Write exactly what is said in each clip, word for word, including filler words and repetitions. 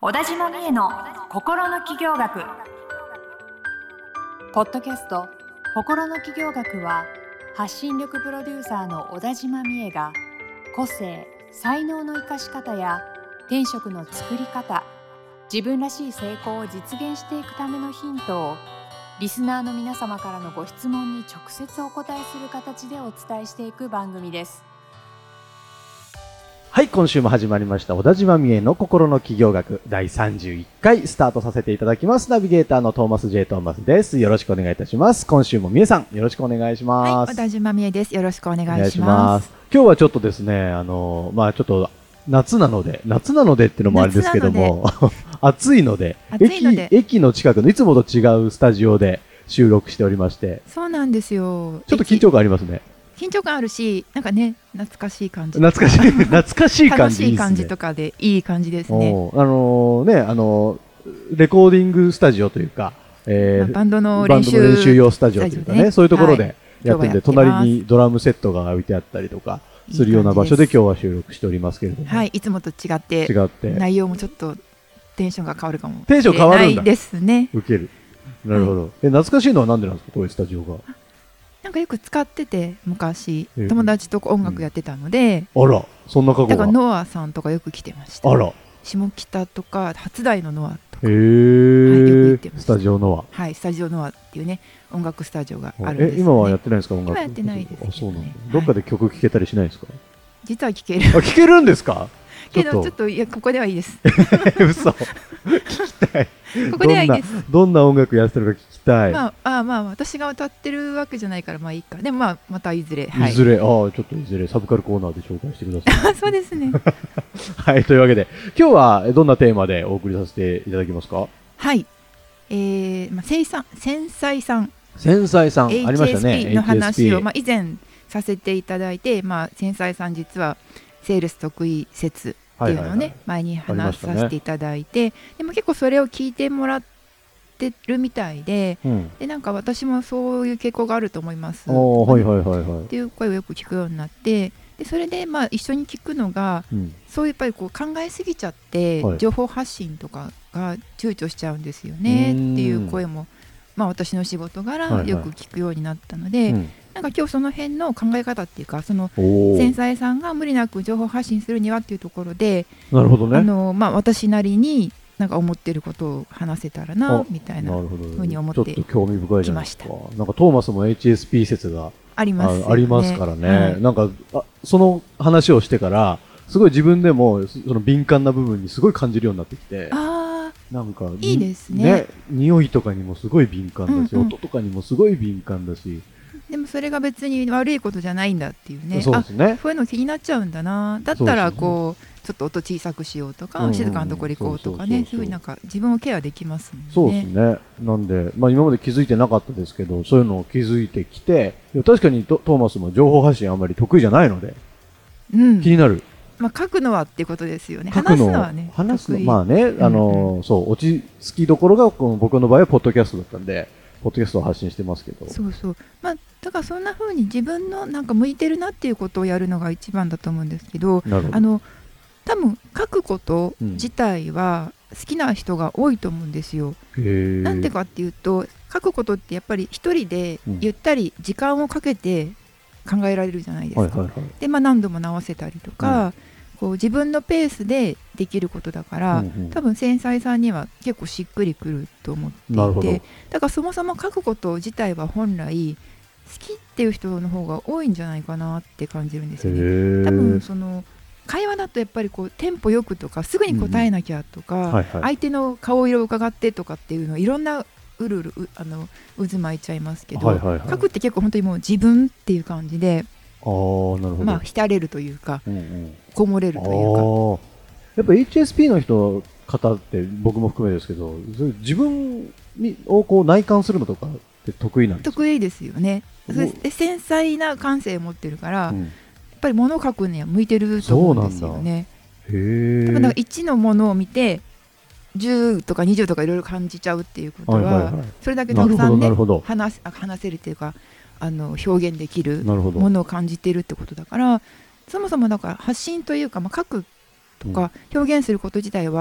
小田島美恵の心の起業学。ポッドキャスト心の起業学は、発信力プロデューサーの小田島美恵が個性、才能の生かし方や転職の作り方、自分らしい成功を実現していくためのヒントをリスナーの皆様からのご質問に直接お答えする形でお伝えしていく番組です。 はい、今週も始まりました小田島美恵の心の起業学だいさんじゅういっかいスタートさせていただきます。ナビゲーターのトーマス J トーマスです。よろしくお願いいたします。今週も美恵さんよろしくお願いします。 はい、小田島美恵です。よろしくお願いします。お願いします。 今日はちょっとですね、あのまあちょっと夏なので夏なのでっていうのもあれですけども暑いので暑いので駅, 駅の近くのいつもと違うスタジオで収録しておりまして。 そうなんですよ。 ちょっと緊張感ありますね。 緊張感あるし、なんかね、懐かしい感じ、 懐かしい懐かしい感じいいですね。楽しい感じとかでいい感じですね。 あのー、ね、あのー、レコーディングスタジオというか、えーまあ、バンドの練習、 練習用スタジオというかね、そういうところでやってるんで、 はい、 隣にドラムセットが置いてあったりとかするような場所で今日は収録しておりますけれども、 はい、いつもと違って違って内容もちょっとテンションが変わるかもしテンション変わるんだれないですね。 受ける。なるほど、はい、え懐かしいのはなんでなんですか、こういうスタジオが。 なんかよく使ってて、昔友達と音楽やってたので、 うん、あら、そんな過去が。 だからノアさんとかよく来てました。 あら、 下北とか初台のノアとか、 へー、 はい、よく行ってました。 スタジオノア、 はい、スタジオノアっていうね、音楽スタジオがあるんです、ね。 え、今はやってないんですか、音楽。 今やってないですけど、ね、 あ、そうなんだ。どっかで曲聴けたりしないですか。 実は聴ける。 あ、聴けるんですか。 けどちょっといやここではいいです。 嘘。聞きたい。 ここではいいです。 どんな音楽やってるか聞きたい。 まああまあ私が歌ってるわけじゃないからまあいいか。でもまあまたいずれ。 いずれ、はい、ああちょっといずれサブカルコーナーで紹介してください。 そうですね。 はい、というわけで今日はどんなテーマでお送りさせていただきますか。 はい。えー、まあ繊細繊細さん。 繊細さんありましたね。 エイチエスピー の話をまあ以前させていただいて、まあ繊細さん実はセールス得意説っていうのをね、はいはいはい、前に話させていただいて、ね、でも結構それを聞いてもらってるみたいで、うん、でなんか私もそういう傾向があると思います、ね、 はいはいはいはい、 っていう声をよく聞くようになって、でそれでまあ一緒に聞くのが、うん、そうやっぱりこう考えすぎちゃって、はい、情報発信とかが躊躇しちゃうんですよねっていう声も、まあ、私の仕事柄よく聞くようになったので、はいはい、うん、なんか今日その辺の考え方っていうか、その繊細さんが無理なく情報発信するにはっていうところで、 なるほどね、 あの、まあ、私なりになんか思ってることを話せたらなみたいなふうに思ってきました。 ちょっと興味深いじゃないですか。なんかトーマスも エイチエスピー 説がありますよね。 ありますからね、はい、なんかあその話をしてからすごい自分でもその敏感な部分にすごい感じるようになってきて、 あなんかいいですね。 ね、匂いとかにもすごい敏感だし、うんうん、音とかにもすごい敏感だし、 でもそれが別に悪いことじゃないんだっていうね。 そうですね。 あ、そういうの気になっちゃうんだな。だったらこうちょっと音小さくしようとか、うんうん、静かなところ行こうとかね、そういうふうになんか自分をケアできますもんね。 そうですね。なんで、まあ、今まで気づいてなかったですけど、そういうのを気づいてきて、確かにトーマスも情報発信あんまり得意じゃないので、うん、気になる。 まあ、書くのはっていうことですよね。話すのはね。 話すのまあね、あの、うんうん、そう落ち着きどころがこの僕の場合はポッドキャストだったんで。ポッドキャストを発信してますけど、 そうそう、まあ、だからそんな風に自分のなんか向いてるなっていうことをやるのが一番だと思うんですけど、あの多分書くこと自体は好きな人が多いと思うんですよ、うん、なんでかっていうと、書くことってやっぱり一人でゆったり時間をかけて考えられるじゃないですか、はいはいはい、で、まあ、何度も直せたりとか、うんこう自分のペースでできることだから、うんうん、多分繊細さんには結構しっくりくると思っていて、だからそもそも書くこと自体は本来好きっていう人の方が多いんじゃないかなって感じるんですよね。多分その会話だとやっぱりこうテンポよくとかすぐに答えなきゃとか、うんはいはい、相手の顔色を伺ってとかっていうのいろんなうるうるうあの渦巻いちゃいますけど、はいはいはい、書くって結構本当にもう自分っていう感じで、 あー、なるほど、 まあ、浸れるというか、うんうん、こもれるというか、 やっぱ エイチエスピー の人方って僕も含めですけど、自分をこう内観するのとかって得意なんですか？ 得意ですよね。そして繊細な感性を持ってるから、うん、やっぱり物を書くには向いてると思うんですよね。 へー。 だからいちのものを見てじゅうとかにじゅうとかいろいろ感じちゃうっていうことは、はいはいはい、それだけたくさんね話、話せるっていうか、あの表現できるものを感じているってことだから、そもそもだから発信というか、まあ、書くとか表現すること自体は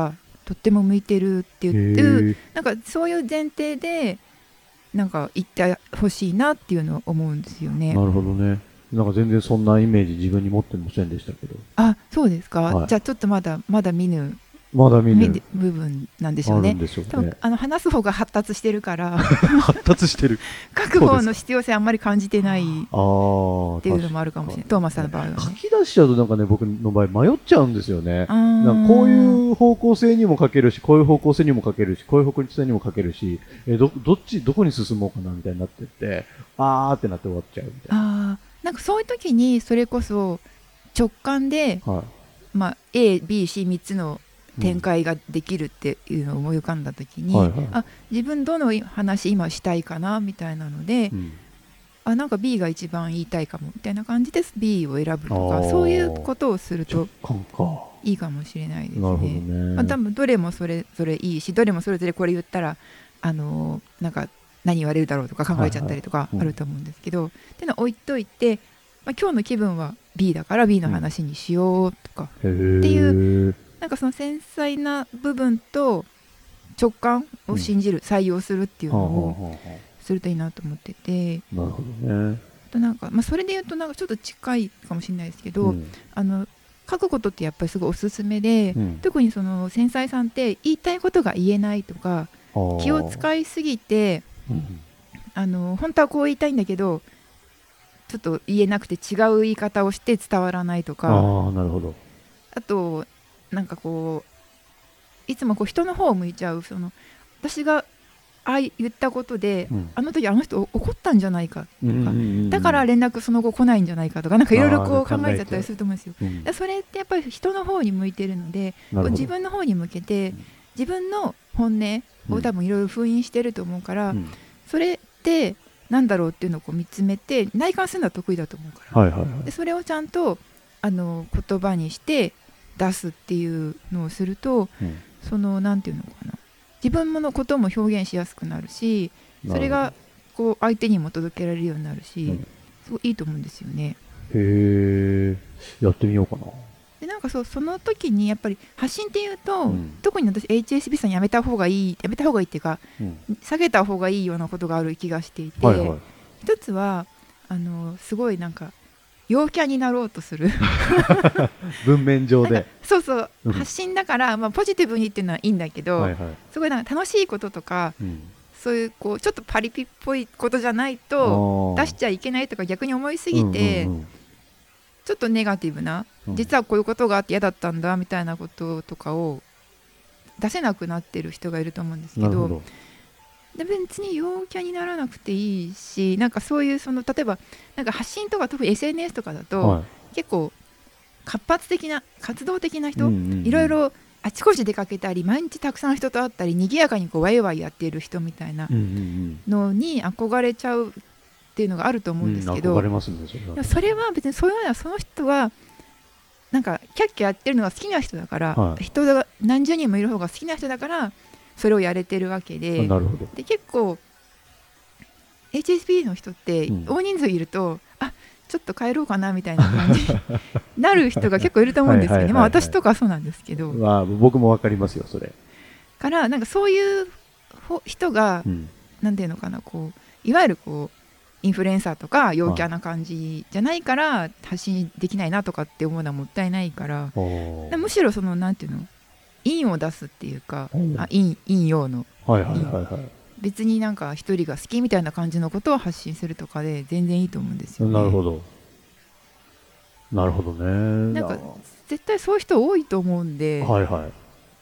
とっても向いてるっていうなんかそういう前提でなんか言ってほしいなっていうのを思うんですよね。 なるほどね。なんか全然そんなイメージ自分に持ってませんでしたけど。 あ、そうですか、 はい、 じゃあちょっとまだまだ見ぬまだ見ぬ部分なんでしょうね。 あるんでしょうね。 多分あの話す方が発達してるから発達してる書く方の必要性あんまり感じてないっていうあのもあるかもしれない。トーマスさんの場合は、ね、 書き出しちゃうとなんかね僕の場合迷っちゃうんですよね。なんかこういう方向性にも書けるしこういう方向性にも書けるしこういう方向性にも書けるしえ ど, どっちどこに進もうかなみたいになってってあーってなって終わっちゃうみたいな。 あなんかそういう時にそれこそ直感で、 はいまあ、エービーシーみっつの展開ができるっていうのを思い浮かんだ時に、うんはいはい、あ自分どの話今したいかなみたいなので、うん、あなんか ビー が一番言いたいかもみたいな感じで ビー を選ぶとかそういうことをするといいかもしれないです ね, なるほどね、まあ、多分どれもそれぞれいいしどれもそれぞれこれ言ったらあのー、なんか何言われるだろうとか考えちゃったりとかあると思うんですけど、はいはいうん、っていうのを置いといて、まあ、今日の気分は ビー だから ビー の話にしようとか、うん、っていうなんかその繊細な部分と直感を信じる、うん、採用するっていうのをするといいなと思ってて、 なるほどね。 となんか、まあ、それで言うとなんかちょっと近いかもしれないですけど、うん、あの書くことってやっぱりすごいおすすめで、うん、特にその繊細さんって言いたいことが言えないとか気を使いすぎて、うん、あの本当はこう言いたいんだけどちょっと言えなくて違う言い方をして伝わらないとか、 あ、なるほど。 あとなんかこういつもこう人の方を向いちゃうその私がああ言ったことで、うん、あの時あの人怒ったんじゃないかとか、うんうんうん、だから連絡その後来ないんじゃないかとかなんかいろいろこう考えちゃったりすると思うんですよ、うん、それってやっぱり人の方に向いてるので自分の方に向けて自分の本音を多分いろいろ封印してると思うから、うん、それってなんだろうっていうのをこう見つめて内観するのは得意だと思うから、はいはいはい、でそれをちゃんとあの言葉にして出すっていうのをすると、うん、そのなんていうのかな自分のことも表現しやすくなるしそれがこう相手にも届けられるようになるし、うん、すごいいいと思うんですよね。 へーやってみようかな。 でなんかそうその時にやっぱり発信っていうと、うん、特に私 エイチエスビー さんやめた方がいいやめた方がいいっていうか、うん、下げた方がいいようなことがある気がしていて、はいはい、一つはあのすごいなんか陽キャになろうとする文面上でそうそう、うん、発信だから、まあ、ポジティブにっていうのはいいんだけど、はいはい、すごいなんか楽しいこととか、うん、そういうこうちょっとパリピっぽいことじゃないと出しちゃいけないとか逆に思いすぎて、うんうんうん、ちょっとネガティブな、うん、実はこういうことがあって嫌だったんだみたいなこととかを出せなくなってる人がいると思うんですけど、どで別に陽キャにならなくていいしなんかそういうその例えばなんか発信とか特に エスエヌエス とかだと、はい、結構活発的な活動的な人、うんうんうん、いろいろあちこち出かけたり毎日たくさん人と会ったり賑やかにこうワイワイやっている人みたいなのに憧れちゃうっていうのがあると思うんですけど、 うん、憧れますね、それは。 それは別にそういうのはその人はなんかキャッキャやってるのが好きな人だから、はい、人が何十人もいる方が好きな人だからそれをやれてるわけで、 なるほど。 で結構 エイチエスピー の人って大人数いると、うん、あちょっと帰ろうかなみたいな感じになる人が結構いると思うんですよね。まあ私とかそうなんですけど、 まあ、僕もわかりますよそれからなんかそういう人が、うん、なんていうのかなこういわゆるこうインフルエンサーとか陽キャな感じじゃないから発信できないなとかって思うのはもったいないから、むしろそのなんていうの陰を出すっていうか、あ陰陰陽の、はいはいはいはい、別になんか一人が好きみたいな感じのことを発信するとかで全然いいと思うんですよね。 なるほどなるほどね。 なんか絶対そういう人多いと思うんで、 はいはい、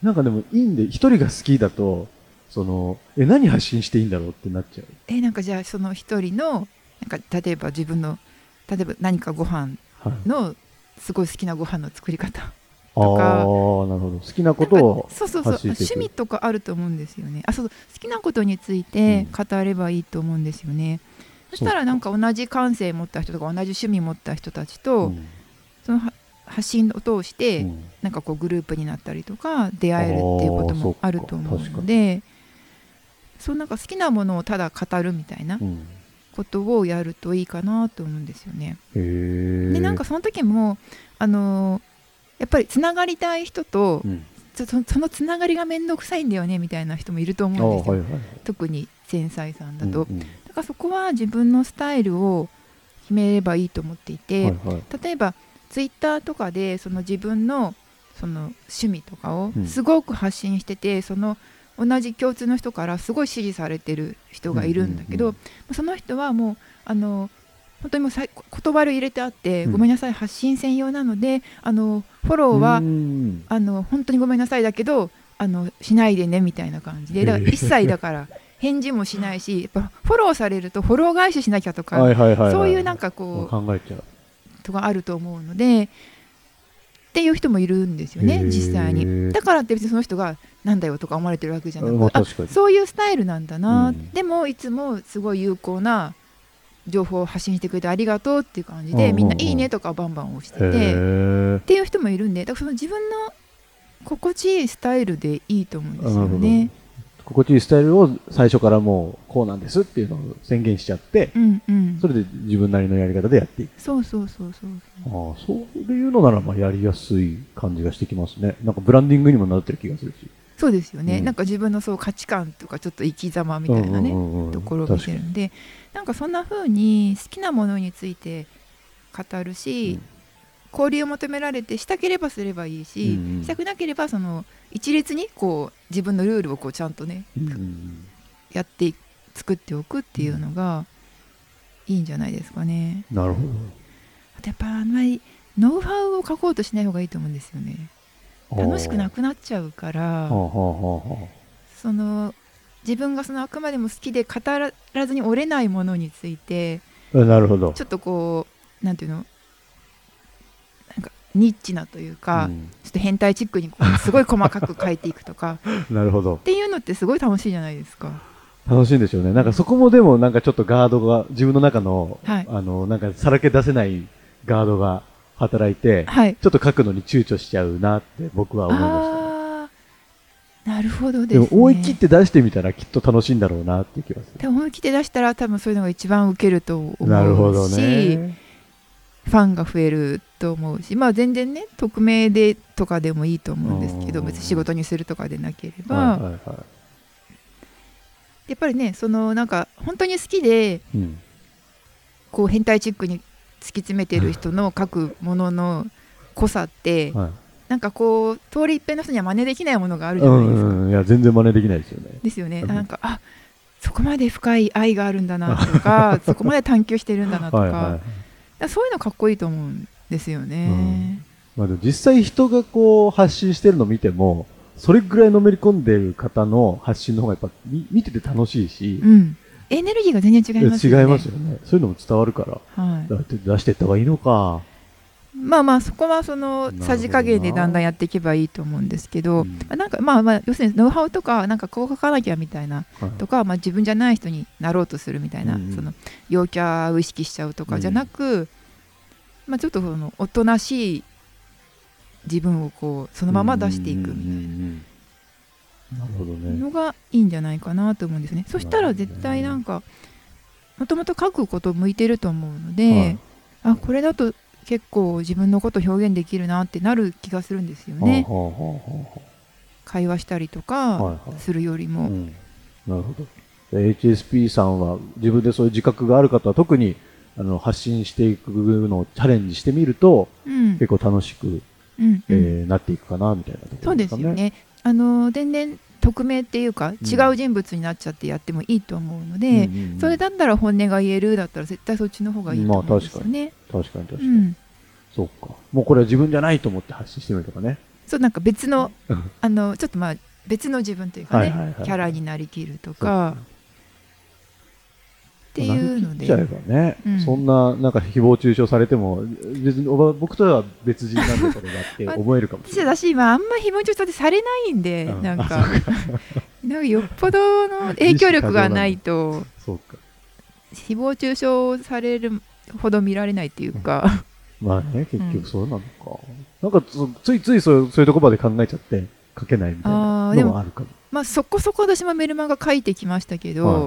なんかでもいいんで一人が好きだとそのえ何発信していいんだろうってなっちゃう。 えなんかじゃあその一人のなんか例えば自分の例えば何かご飯のすごい好きなご飯の作り方とか、あなるほど好きなことをそうそうそう趣味とかあると思うんですよね。あそう好きなことについて語ればいいと思うんですよね、うん、そしたらなんか同じ感性持った人とか同じ趣味持った人たちと、うん、その発信を通して、うん、なんかこうグループになったりとか出会えるっていうこともあると思うので、そうなんか好きなものをただ語るみたいなことをやるといいかなと思うんですよね。 へー。 でなんかその時もあのーやっぱりつながりたい人とそ, そのつながりが面倒くさいんだよねみたいな人もいると思うんですよ、 はいはいはい、 特に繊細さんだと、 うんうん、 だからそこは自分のスタイルを決めればいいと思っていて、はいはい、例えばツイッターとかでその自分のその趣味とかをすごく発信してて、うん、その同じ共通の人からすごい支持されてる人がいるんだけど、うんうんうん、その人はもうあの本当にもうさ言葉を入れてあって、うん、ごめんなさい発信専用なのであのフォローはあの本当にごめんなさいだけどあのしないでねみたいな感じで、だから一切だから返事もしないし、やっぱフォローされるとフォロー返ししなきゃとか、はいはいはいはい、そういうなんかこう考えちゃうとかあると思うのでっていう人もいるんですよね、実際に。だからって別にその人がなんだよとか思われてるわけじゃなくて、まあ、あそういうスタイルなんだな、うん、でもいつもすごい有効な情報を発信してくれてありがとうっていう感じで、うんうんうん、みんないいねとかバンバン押しててっていう人もいるんで、だからその自分の心地いいスタイルでいいと思うんですよね。 心地いいスタイルを最初からもうこうなんですっていうのを宣言しちゃって、うんうん、それで自分なりのやり方でやっていく。 そうそうそうそうそう。ああ、そういうのならまあやりやすい感じがしてきますね。なんかブランディングにもなってる気がするし。 そうですよね、うん、なんか自分のそう価値観とかちょっと生き様みたいなね、うんうんうん、ところを見てるんで、なんかそんな風に好きなものについて語るし、うん交流を求められてしたければすればいいし、うんうん、したくなければその一律にこう自分のルールをこうちゃんとね、うんうん、やって作っておくっていうのがいいんじゃないですかね。 なるほど。 あとやっぱあんまりノウハウを書こうとしない方がいいと思うんですよね。楽しくなくなっちゃうから、その自分がそのあくまでも好きで語らずに折れないものについて、 なるほど。 ちょっとこうなんていうのニッチなというか、うん、ちょっと変態チックにこうすごい細かく書いていくとかなるほどっていうのってすごい楽しいじゃないですか。 楽しいんでしょうね。なんかそこもでもなんかちょっとガードが自分の中の、はい、あのなんかさらけ出せないガードが働いて、はい、ちょっと書くのに躊躇しちゃうなって僕は思いました、ね。 あなるほどですね。 でも思い切って出してみたらきっと楽しいんだろうなっていう気がする。 で思い切って出したら多分そういうのが一番ウケると思うし、 なるほどね、 ファンが増えると思うし、まあ全然ね匿名でとかでもいいと思うんですけど、別に仕事にするとかでなければ、はいはいはい、やっぱりねそのなんか本当に好きで、うん、こう変態チックに突き詰めてる人の書くものの濃さって、はい、なんかこう通り一遍の人には真似できないものがあるじゃないですか。 うんうん、いや全然真似できないですよね。 ですよね。なんかあそこまで深い愛があるんだなとかそこまで探求してるんだなとか。はいはいはい、そういうのかっこいいと思うんですよね、 うんまあ、でも実際人がこう発信してるのを見てもそれぐらいのめり込んでる方の発信の方がやっぱ見てて楽しいし、うん、 エネルギーが全然違いますよね。 違いますよね。そういうのも伝わるから、はい、だって出していった方がいいのか。 まあまあそこはそのさじ加減でだんだんやっていけばいいと思うんですけど、うん、なんかまあまあ要するにノウハウとかなんかこう書かなきゃみたいなとか、はいまあ、自分じゃない人になろうとするみたいな、うん、その陽キャを意識しちゃうとかじゃなく、うんまあ、ちょっとそのおとなしい自分をこうそのまま出していくみたいなのがいいんじゃないかなと思うんですね。そしたら絶対なんかもともと書くこと向いてると思うので、はい、あこれだと結構自分のこと表現できるなってなる気がするんですよね。はあはあはあ、会話したりとかするよりも、はいはいうん、 なるほど。 エイチエスピー さんは自分でそういう自覚がある方は特にあの発信していくのをチャレンジしてみると、うん、結構楽しく、うんうんえー、なっていくかなみたいなところですかね。 そうですよね。あの全然匿名っていうか、うん、違う人物になっちゃってやってもいいと思うので、うんうんうん、それだったら本音が言えるだったら絶対そっちの方がいいと思うんですよね。 まあ、確かに確かに確かに、うん、そうか。もうこれは自分じゃないと思って発信してみるとかね。 そうなんか別のあのちょっとまあ別の自分というかね、はいはいはい、キャラになりきるとか。っていうので、 なりきっちゃえばね、うん、そんななんか誹謗中傷されても別に僕とは別人なんだからだって思えるかもしれない。 私今あんま誹謗中傷ってされないんで、うん、なんかなんかよっぽどの影響力がないとそうか誹謗中傷されるほど見られないっていうか、 うん、まあね結局そうなのか、うん、なんかついついそうそういうところまで考えちゃって書けないみたいなのもあるかも。 まあそこそこ私もメルマガ書いてきましたけど、はい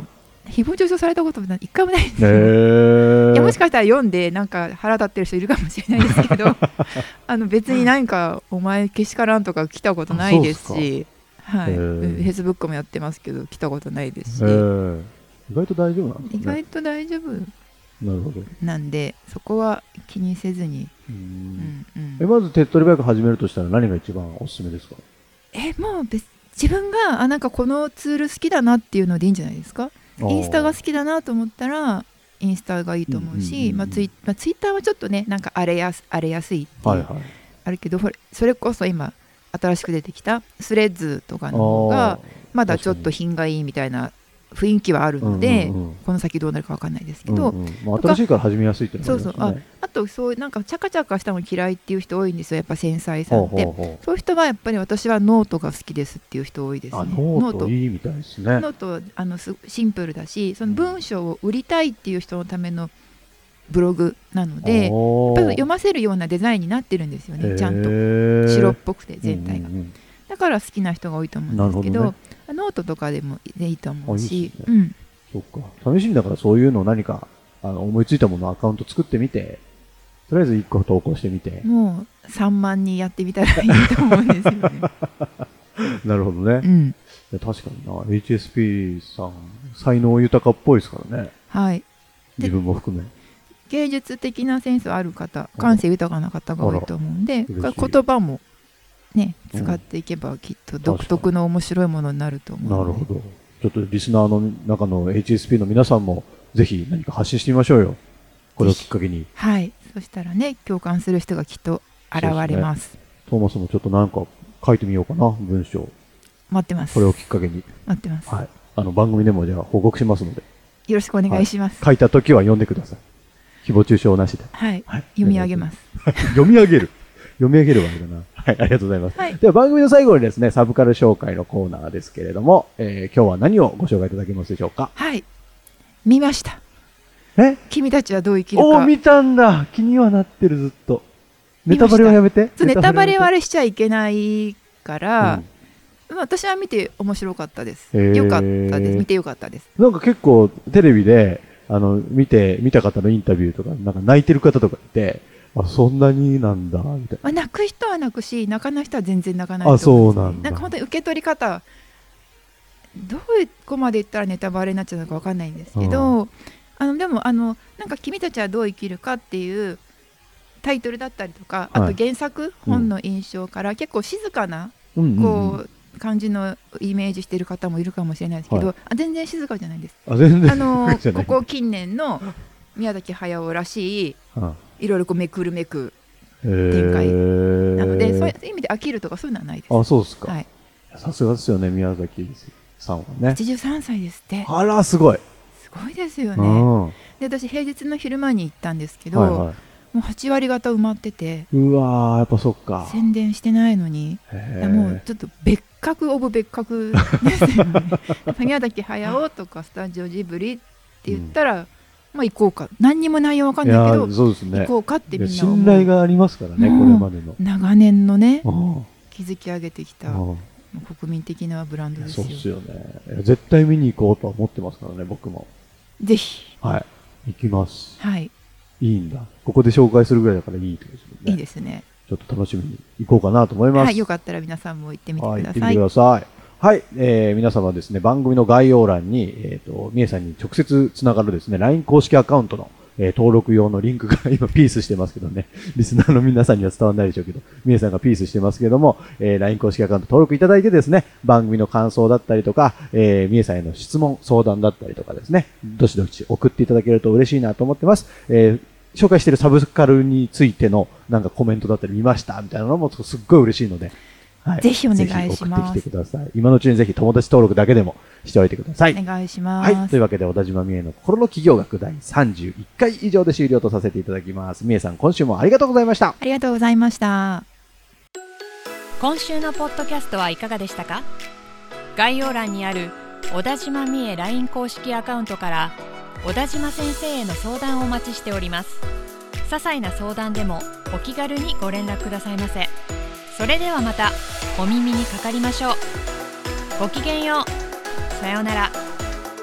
誹謗中傷されたこと一回もないですよ、 えー、 いやもしかしたら読んでなんか腹立ってる人いるかもしれないですけどあの別に何かお前けしからんとか来たことないですし、はい、フェイスブックもやってますけど来たことないですし、 えー、意外と大丈夫なんですね。 意外と大丈夫なるほど。 なんでそこは気にせずに。 うん、 うんうん、 えまず手っ取り早く始めるとしたら何が一番おすすめですか？ えもう別自分があなんかこのツール好きだなっていうのでいいんじゃないですか。インスタが好きだなと思ったらインスタがいいと思うし、まあツイまあ、ツイッターはちょっとねなんか荒れやす荒れやすいっていう、はいはい、あるけどそれこそ今新しく出てきたスレッズとかの方がまだちょっと品がいいみたいな雰囲気はあるので、うんうんうん、この先どうなるか分かんないですけど、うんうんまあ、新しいから始めやすいっていうのもありますね。そうそう あ, あとそうなんかチャカチャカしたの嫌いっていう人多いんですよ。やっぱ繊細さんってほうほうほう。そういう人はやっぱり私はノートが好きですっていう人多いですね。あノートいいみたいですね。 ノートあのシンプルだしその文章を売りたいっていう人のためのブログなのでやっぱり読ませるようなデザインになってるんですよね。ちゃんと白っぽくて全体が、うんうんうん、だから好きな人が多いと思うんですけ ど, ど、ね、ノートとかでもいいと思うし、いいですね。うんそっか試しにだからそういうのを何かあの思いついたもののアカウント作ってみてとりあえずいっこ投稿してみてもうさんまんにんやってみたらいいと思うんですよねなるほどね、 うん、 確かにな エイチエスピー さん才能豊かっぽいですからね。 はい自分も含め芸術的なセンスある方感性豊かな方が多いと思うんで言葉もね使っていけばきっと独特の面白いものになると思うので、 うん、なるほど。ちょっとリスナーの中の エイチエスピー の皆さんもぜひ何か発信してみましょうよ。これをきっかけに。 はい。そしたらね共感する人がきっと現れます。 ね、トーマスもちょっと何か書いてみようかな文章。 待ってます。 これをきっかけに。 待ってます。 はい。あの番組でもじゃあ報告しますので。 よろしくお願いします。 はい、書いた時は読んでください。誹謗中傷なしで。 はい。はい、読み上げます。 読み上げる。読み上げるわけだな。はい、ありがとうございます。はい、では番組の最後にですね、サブカル紹介のコーナーですけれども、えー、今日は何をご紹介いただけますでしょうか。 はい、見ました。 え？君たちはどう生きるか。 おー、見たんだ。気にはなってるずっと。ネタバレはやめて。 ネタバレはあれしちゃいけないから、うん、私は見て面白かったです。よかったです。見てよかったです。 なんか結構テレビであの見て見た方のインタビューとかなんか泣いてる方とかいて。あそんなになんだみたいな、 まあ、泣く人は泣くし泣かない人は全然泣かないと思うんです、ね、あそうなんだ。なんか本当に受け取り方どういうこまで言ったらネタバレになっちゃうのか分かんないんですけど、うん、あのでもあのなんか君たちはどう生きるかっていうタイトルだったりとか、はい、あと原作、うん、本の印象から結構静かな、うん、こう感じのイメージしている方もいるかもしれないですけど、はい、あ全然静かじゃないです。 あ全然あのここ近年の宮崎駿らしい、はあいろいろこうめくるめく展開なので、そういう意味で飽きるとかそういうのはないです。 あ、そうですか。 はい。 さすがですよね、宮崎さんはね。 はちじゅうさんさいですって。 あら、すごい。 すごいですよね。で、私平日の昼間に行ったんですけど、はいはい、もうはちわり方埋まってて。 うわー、やっぱそっか。 宣伝してないのに、もうちょっと別格オブ別格ですよね。宮崎駿とかスタジオジブリって言ったら。うんまあ行こうか何にも内容わかんないけどそうです、ね、行こうかってみんな思う。 信頼がありますからねこれまでの長年のね築き上げてきた国民的なブランドですよ。 そうですよね。絶対見に行こうとは思ってますからね僕も。 ぜひはい行きます。 はいいいんだここで紹介するぐらいだからいいってことですね。 いいですね。 ちょっと楽しみに行こうかなと思います。 はいよかったら皆さんも行ってみてください。 はい、行ってみてください。はい、えー、皆様ですね、番組の概要欄に、えっと、みえさんに直接つながるですね、ライン 公式アカウントの、えー、登録用のリンクが今ピースしてますけどね、リスナーの皆さんには伝わらないでしょうけど、みえさんがピースしてますけども、えー、ライン 公式アカウント登録いただいてですね、番組の感想だったりとか、えー、みえさんへの質問、相談だったりとかですね、どしどし送っていただけると嬉しいなと思ってます。えー、紹介しているサブカルについてのなんかコメントだったり見ましたみたいなのもすっごい嬉しいので、はい、ぜひお願いします。 送ってきてください。今のうちにぜひ友達登録だけでもしておいてください。 お願いします。 はい。というわけで、小田島美恵の心の企業学だいさんじゅういっかい以上で終了とさせていただきます。美恵さん、今週もありがとうございました。 ありがとうございました。 今週のポッドキャストはいかがでしたか？概要欄にある小田島美恵 ライン 公式アカウントから小田島先生への相談をお待ちしております。些細な相談でもお気軽にご連絡くださいませ。それではまたお耳にかかりましょう。ごきげんよう。さようなら。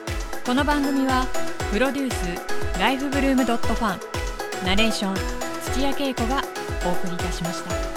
この番組はプロデュースライフブルームドットファン、ナレーション土屋恵子がお送りいたしました。